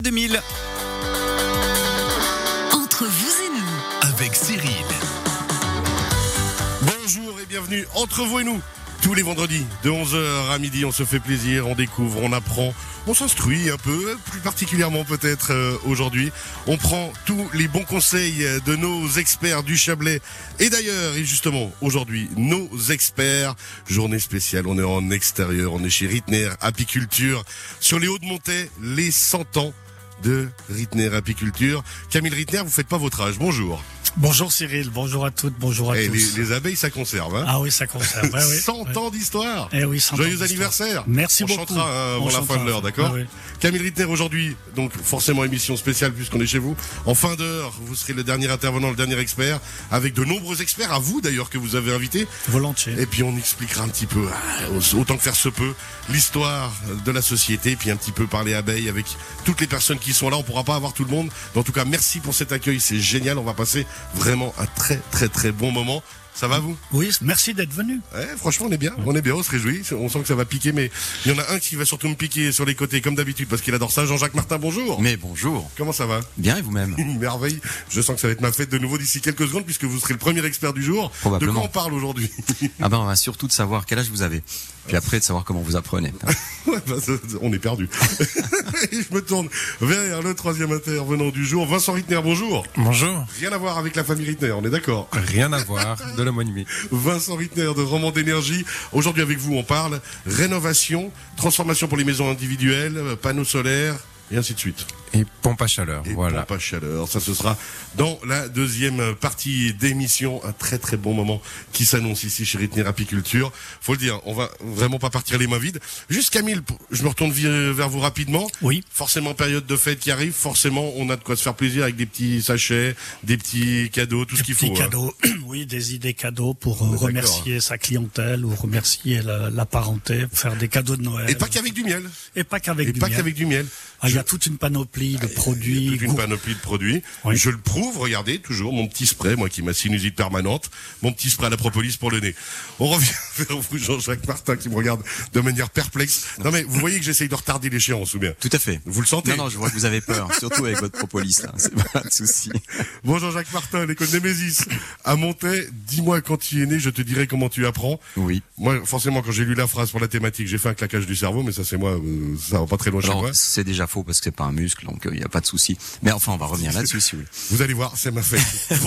2000. Entre vous et nous, Avec Cyril. Bonjour et bienvenue entre vous et nous. Tous les vendredis, de 11h à midi, on se fait plaisir, on découvre, on apprend, on s'instruit un peu, plus particulièrement peut-être aujourd'hui. On prend tous les bons conseils de nos experts du Chablais. Et d'ailleurs, et justement, aujourd'hui, nos experts, journée spéciale, on est en extérieur, on est chez Ritner Apiculture, sur les Hauts-de-Montaix, les 100 ans de Ritner Apiculture. Camille Ritner, vous faites pas votre âge, bonjour. Bonjour Cyril, bonjour à toutes, bonjour à tous. Les abeilles, ça conserve, hein. Ah oui, ça conserve. Ouais, 100 ans d'histoire. Eh oui, 100 ans Joyeux d'histoire. anniversaire. Merci on beaucoup. Chantera avant On la fin de chantera. l'heure, d'accord. Ah oui. Camille Ritner aujourd'hui, donc forcément émission spéciale puisqu'on est chez vous. En fin d'heure, vous serez le dernier intervenant, le dernier expert, avec de nombreux experts, à vous d'ailleurs que vous avez invités. Volontiers. Et puis on expliquera un petit peu, autant que faire se peut, l'histoire de la société, puis un petit peu parler abeilles avec toutes les personnes qui sont là. On pourra pas avoir tout le monde, mais en tout cas merci pour cet accueil, c'est génial. On va passer vraiment un très bon moment. Ça va vous? Oui, merci d'être venu. Ouais, franchement, on est bien, on se réjouit. On sent que ça va piquer, mais il y en a un qui va surtout me piquer sur les côtés, comme d'habitude, parce qu'il adore ça. Jean-Jacques Martin, bonjour. Mais bonjour. Comment ça va? Bien et vous-même? Une merveille. Je sens que ça va être ma fête de nouveau d'ici quelques secondes, puisque vous serez le premier expert du jour. Probablement. De quoi on parle aujourd'hui? Ah ben on va surtout de savoir quel âge vous avez. Puis après de savoir comment vous apprenez. Ouais, bah, on est perdu. Et je me tourne vers le troisième intervenant du jour, Vincent Ritner, bonjour. Bonjour. Rien à voir avec la famille Ritner, on est d'accord? Rien à voir de l'homonymie. Vincent Ritner de Roman d'énergie. Aujourd'hui avec vous, on parle rénovation, transformation pour les maisons individuelles, panneaux solaires et ainsi de suite. Et pompe à chaleur, Et voilà. pompe à chaleur. Ça, ce sera dans la deuxième partie d'émission. Un très bon moment qui s'annonce ici chez Ritner Apiculture. Faut le dire, on va vraiment pas partir les mains vides. Juste Camille, je me retourne vers vous rapidement. Oui. Forcément, période de fête qui arrive. Forcément, on a de quoi se faire plaisir avec des petits sachets, des petits cadeaux, tout ce qu'il faut. Petits hein. cadeaux, oui, des idées cadeaux pour On est remercier sa clientèle ou remercier la parenté, faire des cadeaux de Noël. Et pas qu'avec du miel. Et pas qu'avec Et du pas miel. qu'avec du miel. Ah, il y a toute une panoplie de produits. Il y a toute une panoplie de produits. Oui. Je le prouve, regardez, toujours mon petit spray, moi qui ai ma sinusite permanente, mon petit spray à la propolis pour le nez. On revient vers vous, Jean-Jacques Martin, qui me regarde de manière perplexe. Non mais vous voyez que j'essaye de retarder l'échéance, ou bien? Tout à fait. Vous le sentez? Non, je vois que vous avez peur, surtout avec votre propolis là. C'est pas de souci. Bon, Jean-Jacques Martin, l'école Némésis à Montaix, dis-moi quand tu es né, je te dirai comment tu apprends. Oui. Moi, forcément, quand j'ai lu la phrase pour la thématique, j'ai fait un claquage du cerveau, mais ça c'est moi, ça va pas très loin chez Alors moi. c'est déjà faux parce que c'est pas un muscle, donc il y a pas de souci. Mais enfin on va revenir là-dessus si vous voulez. Vous allez voir, c'est ma fête.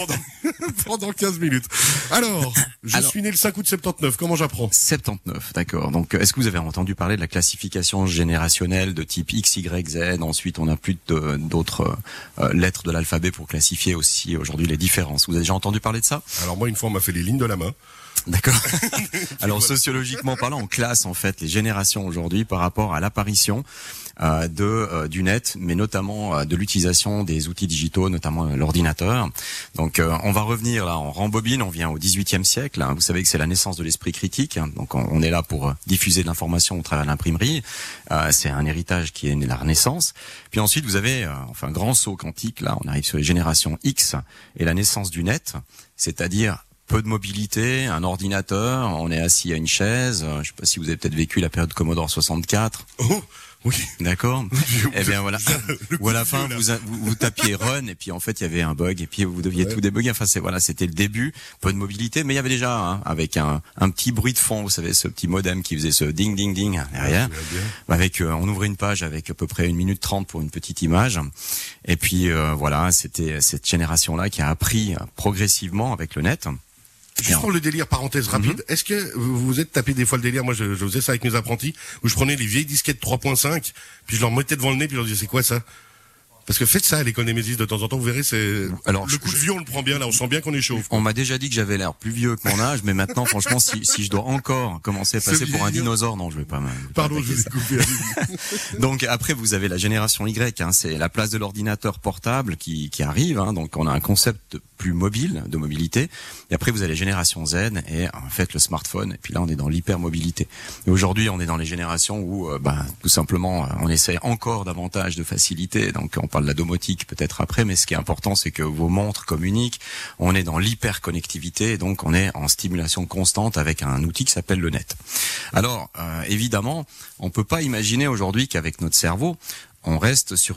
pendant 15 minutes. Alors, je suis né le 5 août 79, comment j'apprends? 79, d'accord. Donc, est-ce que vous avez entendu parler de la classification générationnelle de type X, Y, Z? Ensuite, on a plus d'autres lettres de l'alphabet pour classifier aussi aujourd'hui les différences. Vous avez déjà entendu parler de ça? Alors moi, une fois, on m'a fait les lignes de la main. D'accord. Alors, sociologiquement parlant, on classe en fait les générations aujourd'hui par rapport à l'apparition du net, mais notamment de l'utilisation des outils digitaux, notamment l'ordinateur. Donc, on va revenir là, on rembobine, on vient au XVIIIe siècle. Hein. Vous savez que c'est la naissance de l'esprit critique. Hein. Donc, on est là pour diffuser de l'information au travers de l'imprimerie. C'est un héritage qui est né de la Renaissance. Puis ensuite, vous avez un grand saut quantique. Là, on arrive sur les générations X et la naissance du net, c'est-à-dire peu de mobilité, un ordinateur, on est assis à une chaise. Je sais pas si vous avez peut-être vécu la période Commodore 64. Oh, oui. D'accord. Eh bien voilà. Ou à la fin vous tapiez run et puis en fait il y avait un bug et puis vous deviez tout débugger. Enfin c'était le début, peu de mobilité, mais il y avait déjà avec un petit bruit de fond, vous savez ce petit modem qui faisait ce ding ding ding derrière. Avec on ouvrait une page avec à peu près 1 minute 30 pour une petite image. Et puis voilà, c'était cette génération là qui a appris progressivement avec le net. Juste pour le délire, parenthèse rapide, est-ce que vous vous êtes tapé des fois le délire? Moi, je faisais ça avec mes apprentis, où je prenais les vieilles disquettes 3.5, puis je leur mettais devant le nez, puis je leur disais, c'est quoi ça? Parce que faites ça à l'école Némésis de temps en temps, vous verrez, c'est, alors, le coup de vieux, on le prend bien là, on sent bien qu'on est chaud. On m'a déjà dit que j'avais l'air plus vieux que mon âge, mais maintenant, franchement, si je dois encore commencer à passer pour un dinosaure, non, je vais pas. Pardon, je vous ai coupé. Donc après, vous avez la génération Y, hein, c'est la place de l'ordinateur portable qui arrive. Hein, donc on a un concept plus mobile, de mobilité. Et après, vous avez les générations Z et en fait le smartphone. Et puis là, on est dans l'hypermobilité. Et aujourd'hui, on est dans les générations où, tout simplement, on essaie encore davantage de facilité. Donc on parle de la domotique peut-être après, mais ce qui est important, c'est que vos montres communiquent. On est dans l'hyperconnectivité, donc on est en stimulation constante avec un outil qui s'appelle le net. Alors, évidemment, on peut pas imaginer aujourd'hui qu'avec notre cerveau, on reste sur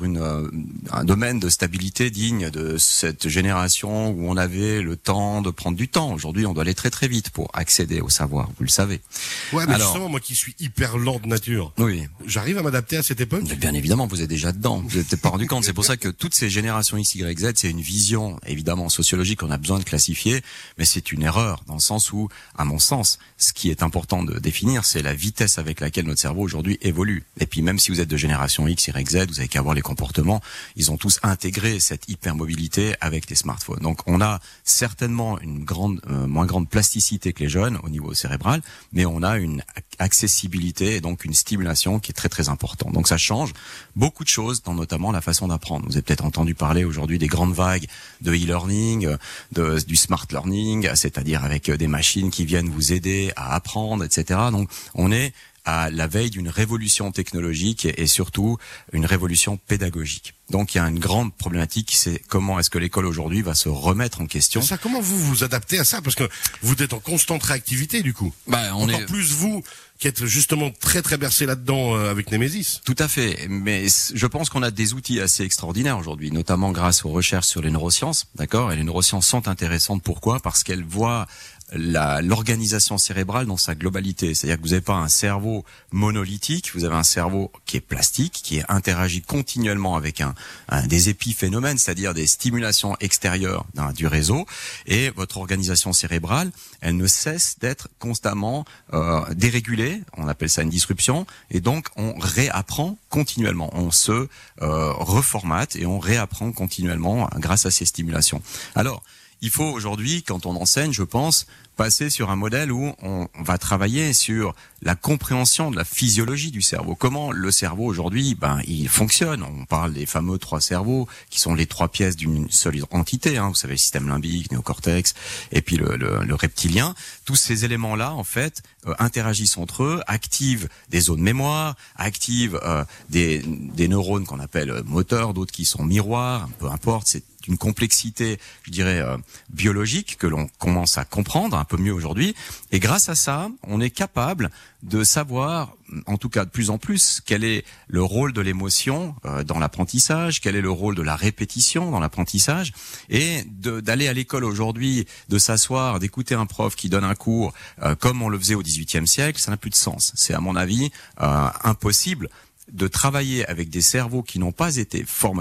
un domaine de stabilité digne de cette génération où on avait le temps de prendre du temps. Aujourd'hui, on doit aller très très vite pour accéder au savoir, vous le savez. Ouais, mais justement, moi qui suis hyper lent de nature, oui, j'arrive à m'adapter à cette époque. mais bien évidemment, vous êtes déjà dedans. Vous n'êtes pas rendu compte. C'est pour ça que toutes ces générations X, Y, Z, c'est une vision évidemment sociologique qu'on a besoin de classifier, mais c'est une erreur dans le sens où, à mon sens, ce qui est important de définir, c'est la vitesse avec laquelle notre cerveau aujourd'hui évolue. Et puis même si vous êtes de génération X, Y, Z, vous avez qu'à voir les comportements. Ils ont tous intégré cette hypermobilité avec des smartphones. Donc on a certainement une moins grande plasticité que les jeunes au niveau cérébral, mais on a une accessibilité et donc une stimulation qui est très très importante. Donc ça change beaucoup de choses dans notamment la façon d'apprendre. Vous avez peut-être entendu parler aujourd'hui des grandes vagues de e-learning, du smart learning, c'est-à-dire avec des machines qui viennent vous aider à apprendre, etc. Donc on est à la veille d'une révolution technologique et surtout une révolution pédagogique. Donc il y a une grande problématique, c'est comment est-ce que l'école aujourd'hui va se remettre en question. Ça, comment vous vous adaptez à ça? Parce que vous êtes en constante réactivité du coup. Encore plus vous qui êtes justement très très bercé là-dedans avec Nemesis. Tout à fait, mais je pense qu'on a des outils assez extraordinaires aujourd'hui, notamment grâce aux recherches sur les neurosciences, d'accord? Et les neurosciences sont intéressantes, pourquoi? Parce qu'elles voient l'organisation cérébrale dans sa globalité. C'est-à-dire que vous n'avez pas un cerveau monolithique, vous avez un cerveau qui est plastique, qui interagit continuellement avec des épiphénomènes, c'est-à-dire des stimulations extérieures du réseau, et votre organisation cérébrale, elle ne cesse d'être constamment dérégulée, on appelle ça une disruption, et donc on réapprend continuellement, on se reformate et on réapprend continuellement grâce à ces stimulations. Alors, il faut aujourd'hui, quand on enseigne, je pense, passer sur un modèle où on va travailler sur la compréhension de la physiologie du cerveau. Comment le cerveau aujourd'hui, il fonctionne. On parle des fameux 3 cerveaux qui sont les 3 pièces d'une seule entité. Vous savez, le système limbique, néocortex, et puis le reptilien. Tous ces éléments-là, en fait, interagissent entre eux, activent des zones mémoire, activent des neurones qu'on appelle moteurs, d'autres qui sont miroirs, peu importe. C'est une complexité, je dirais, biologique que l'on commence à comprendre un peu mieux aujourd'hui. Et grâce à ça, on est capable de savoir, en tout cas de plus en plus, quel est le rôle de l'émotion dans l'apprentissage, quel est le rôle de la répétition dans l'apprentissage, et d'aller à l'école aujourd'hui, de s'asseoir, d'écouter un prof qui donne un cours comme on le faisait au XVIIIe siècle, ça n'a plus de sens. C'est à mon avis impossible de travailler avec des cerveaux qui n'ont pas été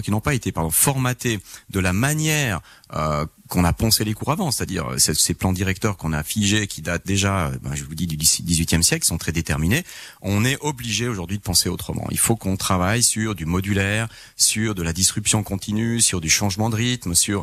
formatés de la manière qu'on a poncé les cours avant, c'est-à-dire ces plans directeurs qu'on a figés, qui datent déjà, je vous dis, du XVIIIe siècle, sont très déterminés. On est obligé aujourd'hui de penser autrement. Il faut qu'on travaille sur du modulaire, sur de la disruption continue, sur du changement de rythme, sur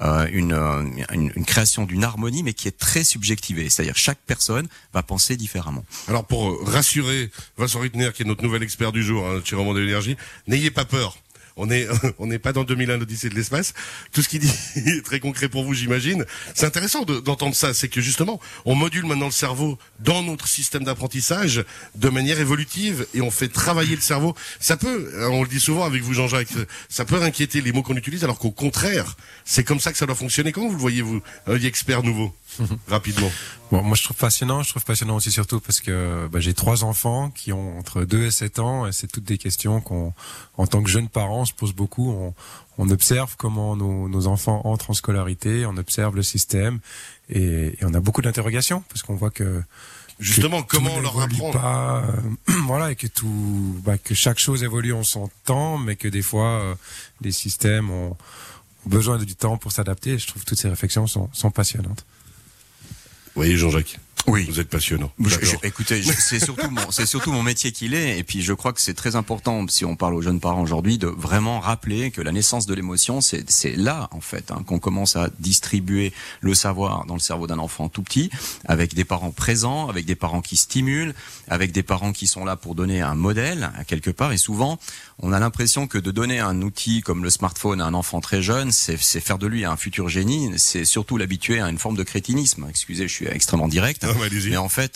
une création d'une harmonie, mais qui est très subjectivée. C'est-à-dire chaque personne va penser différemment. Alors pour rassurer Vincent Rittner, qui est notre nouvel expert du jour, notre cher roman de l'énergie, n'ayez pas peur. On n'est pas dans 2001, l'Odyssée de l'espace. Tout ce qu'il dit est très concret pour vous, j'imagine. C'est intéressant d'entendre ça. C'est que justement, on module maintenant le cerveau dans notre système d'apprentissage de manière évolutive et on fait travailler le cerveau. Ça peut, on le dit souvent avec vous, Jean-Jacques, ça peut inquiéter les mots qu'on utilise, alors qu'au contraire, c'est comme ça que ça doit fonctionner. Comment vous le voyez, vous, un expert nouveau, rapidement? Bon, moi je trouve passionnant aussi surtout parce que j'ai 3 enfants qui ont entre 2 et 7 ans et c'est toutes des questions qu'on, en tant que jeunes parents, se pose beaucoup. On observe comment nos enfants entrent en scolarité, on observe le système et on a beaucoup d'interrogations parce qu'on voit que justement comment leur apprendre voilà, et que que chaque chose évolue en son temps, mais que des fois les systèmes ont besoin du temps pour s'adapter. Et je trouve que toutes ces réflexions sont passionnantes. Vous voyez, Jean-Jacques, oui, vous êtes passionnant. Écoutez, c'est surtout mon métier qu'il est, et puis je crois que c'est très important, si on parle aux jeunes parents aujourd'hui, de vraiment rappeler que la naissance de l'émotion, c'est là en fait qu'on commence à distribuer le savoir dans le cerveau d'un enfant tout petit, avec des parents présents, avec des parents qui stimulent, avec des parents qui sont là pour donner un modèle à quelque part. Et souvent, on a l'impression que de donner un outil comme le smartphone à un enfant très jeune, c'est faire de lui un futur génie. C'est surtout l'habituer à une forme de crétinisme. Excusez, je suis extrêmement direct. Ah, mais en fait,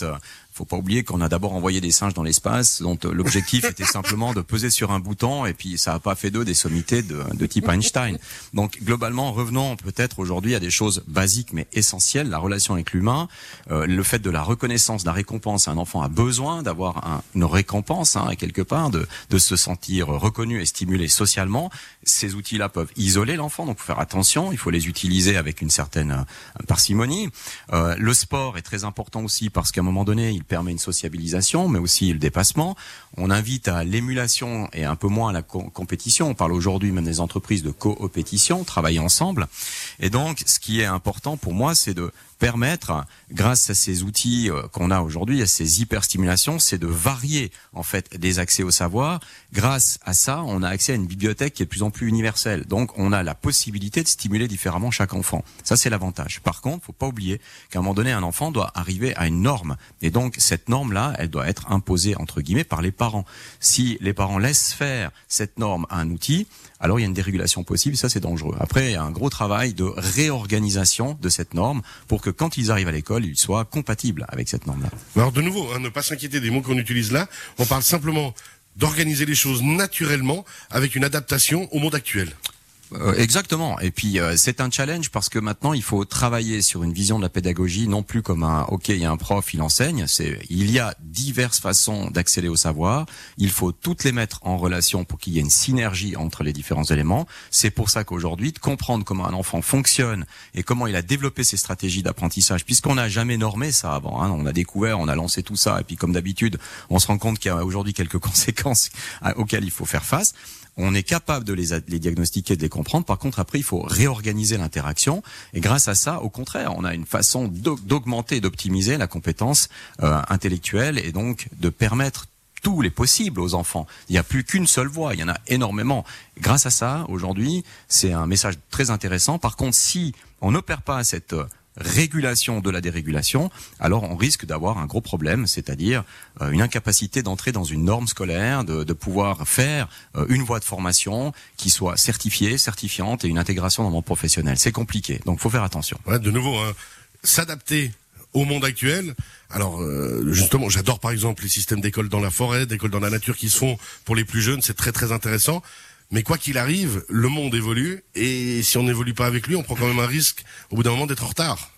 Faut pas oublier qu'on a d'abord envoyé des singes dans l'espace, dont l'objectif était simplement de peser sur un bouton, et puis ça a pas fait d'eux des sommités de type Einstein. Donc globalement, revenons peut-être aujourd'hui à des choses basiques mais essentielles, la relation avec l'humain, le fait de la reconnaissance, de la récompense. Un enfant a besoin d'avoir une récompense, quelque part, de se sentir reconnu et stimulé socialement. Ces outils-là peuvent isoler l'enfant, donc faut faire attention, il faut les utiliser avec une certaine parcimonie. Le sport est très important aussi parce qu'à un moment donné, il permet une sociabilisation, mais aussi le dépassement. On invite à l'émulation et un peu moins à la compétition. On parle aujourd'hui même des entreprises de coopétition, travailler ensemble. Et donc, ce qui est important pour moi, c'est de permettre, grâce à ces outils qu'on a aujourd'hui, à ces hyperstimulations, c'est de varier en fait des accès au savoir. Grâce à ça, on a accès à une bibliothèque qui est de plus en plus universelle. Donc, on a la possibilité de stimuler différemment chaque enfant. Ça, c'est l'avantage. Par contre, faut pas oublier qu'à un moment donné, un enfant doit arriver à une norme. Et donc, cette norme-là, elle doit être imposée, entre guillemets, par les parents. Si les parents laissent faire cette norme à un outil, alors il y a une dérégulation possible, ça c'est dangereux. Après, il y a un gros travail de réorganisation de cette norme pour que quand ils arrivent à l'école, ils soient compatibles avec cette norme-là. Alors de nouveau, ne pas s'inquiéter des mots qu'on utilise là, on parle simplement d'organiser les choses naturellement avec une adaptation au monde actuel. Exactement. Et puis c'est un challenge parce que maintenant il faut travailler sur une vision de la pédagogie non plus comme il y a un prof, il enseigne. Il y a diverses façons d'accéder au savoir. Il faut toutes les mettre en relation pour qu'il y ait une synergie entre les différents éléments. C'est pour ça qu'aujourd'hui, de comprendre comment un enfant fonctionne et comment il a développé ses stratégies d'apprentissage, puisqu'on n'a jamais normé ça avant. On a découvert, on a lancé tout ça, et puis comme d'habitude, on se rend compte qu'il y a aujourd'hui quelques conséquences auxquelles il faut faire face. On est capable de les diagnostiquer, de les comprendre. Par contre, après, il faut réorganiser l'interaction. Et grâce à ça, au contraire, on a une façon d'augmenter et d'optimiser la compétence intellectuelle et donc de permettre tous les possibles aux enfants. Il n'y a plus qu'une seule voie, il y en a énormément. Grâce à ça, aujourd'hui, c'est un message très intéressant. Par contre, si on n'opère pas cette régulation de la dérégulation, alors on risque d'avoir un gros problème, c'est-à-dire une incapacité d'entrer dans une norme scolaire, de pouvoir faire une voie de formation qui soit certifiée, certifiante et une intégration dans le monde professionnel. C'est compliqué, donc faut faire attention. Ouais, de nouveau, s'adapter au monde actuel. Alors justement, j'adore par exemple les systèmes d'écoles dans la forêt, d'écoles dans la nature qui se font pour les plus jeunes, c'est très très intéressant. Mais quoi qu'il arrive, le monde évolue, et si on n'évolue pas avec lui, on prend quand même un risque, au bout d'un moment, d'être en retard.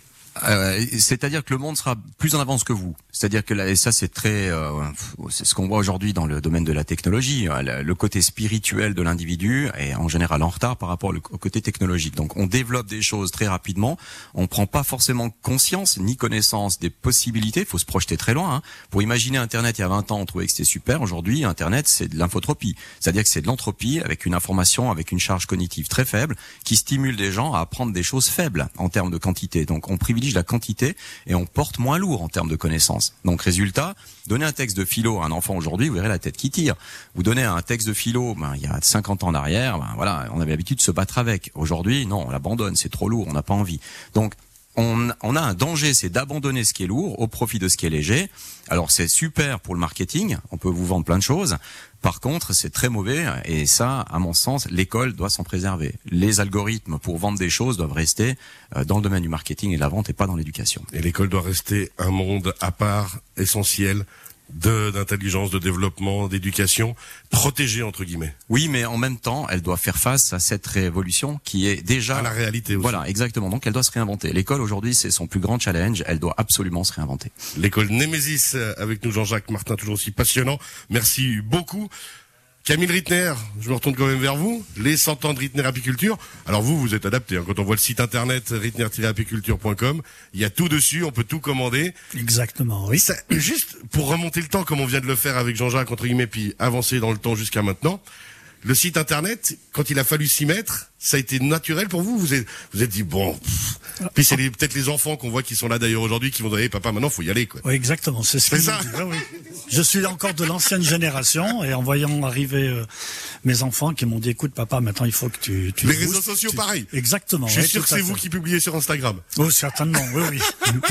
C'est-à-dire que le monde sera plus en avance que vous. C'est-à-dire que là, et ça c'est très, c'est ce qu'on voit aujourd'hui dans le domaine de la technologie. Le côté spirituel de l'individu est en général en retard par rapport au côté technologique. Donc on développe des choses très rapidement. On prend pas forcément conscience ni connaissance des possibilités. Il faut se projeter très loin. Pour imaginer Internet il y a 20 ans, on trouvait que c'était super. Aujourd'hui, Internet c'est de l'infotropie. C'est-à-dire que c'est de l'entropie avec une information, avec une charge cognitive très faible qui stimule des gens à apprendre des choses faibles en termes de quantité. Donc on privilégie la quantité et on porte moins lourd en termes de connaissances. Donc résultat, donnez un texte de philo à un enfant aujourd'hui, vous verrez la tête qui tire. Vous donnez un texte de philo, il y a 50 ans en arrière, voilà, on avait l'habitude de se battre avec. Aujourd'hui, non, on l'abandonne, c'est trop lourd, on n'a pas envie. Donc on a un danger, c'est d'abandonner ce qui est lourd au profit de ce qui est léger. Alors c'est super pour le marketing, on peut vous vendre plein de choses. Par contre, c'est très mauvais et ça, à mon sens, l'école doit s'en préserver. Les algorithmes pour vendre des choses doivent rester dans le domaine du marketing et de la vente et pas dans l'éducation. Et l'école doit rester un monde à part, essentiel, d'intelligence, de développement, d'éducation, protégée entre guillemets. Oui, mais en même temps, elle doit faire face à cette révolution qui est déjà à la réalité aussi. Voilà, exactement. Donc elle doit se réinventer. L'école aujourd'hui, c'est son plus grand challenge. Elle doit absolument se réinventer. L'école Némésis avec nous, Jean-Jacques Martin, toujours aussi passionnant. Merci beaucoup. Camille Rittner, je me retourne quand même vers vous. Les 100 ans de Rittner Apiculture. Alors vous êtes adapté. Quand on voit le site internet rittner-apiculture.com, il y a tout dessus, on peut tout commander. Exactement, oui. Ça, juste pour remonter le temps, comme on vient de le faire avec Jean-Jacques, entre guillemets, puis avancer dans le temps jusqu'à maintenant. Le site internet, quand il a fallu s'y mettre, ça a été naturel pour vous. Vous êtes dit bon. Puis c'est peut-être les enfants qu'on voit qui sont là d'ailleurs aujourd'hui qui vont dire hey, papa maintenant faut y aller quoi. Oui exactement, c'est ce que ça. Oui. Je suis encore de l'ancienne génération et en voyant arriver mes enfants qui m'ont dit écoute papa maintenant il faut que tu les réseaux sociaux pareil. Exactement. Je suis sûr que c'est vous qui publiez sur Instagram. Oh certainement oui.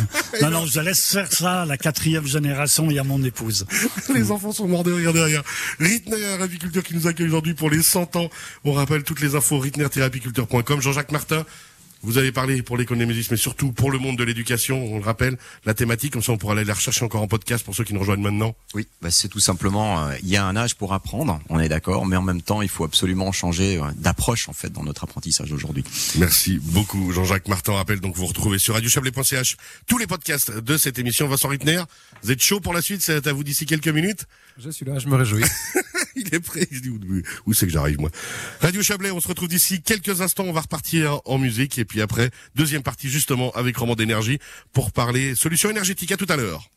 non je laisse faire ça à la 4e génération et à mon épouse. Les enfants sont morts de rire derrière. Rittner Apiculture qui nous accueille aujourd'hui pour les 100 ans. On rappelle toutes les infos rittner-apiculture.com. Jean-Jacques Martin, Vous avez parlé pour l'école des musiques, mais surtout pour le monde de l'éducation, on le rappelle, la thématique, comme ça on pourra aller la rechercher encore en podcast pour ceux qui nous rejoignent maintenant. Oui, c'est tout simplement, il y a un âge pour apprendre, on est d'accord, mais en même temps, il faut absolument changer d'approche en fait dans notre apprentissage aujourd'hui. Merci beaucoup Jean-Jacques Martin. Rappelle donc vous retrouvez sur radiochablais.ch tous les podcasts de cette émission. Vincent Rittner, vous êtes chaud pour la suite, c'est à vous d'ici quelques minutes. Je suis là, je me réjouis. Il est prêt, il se dit où c'est que j'arrive moi. Radio Chablais, on se retrouve d'ici quelques instants, on va repartir en musique et puis après, deuxième partie justement avec Roman d'énergie pour parler solutions énergétiques. À tout à l'heure.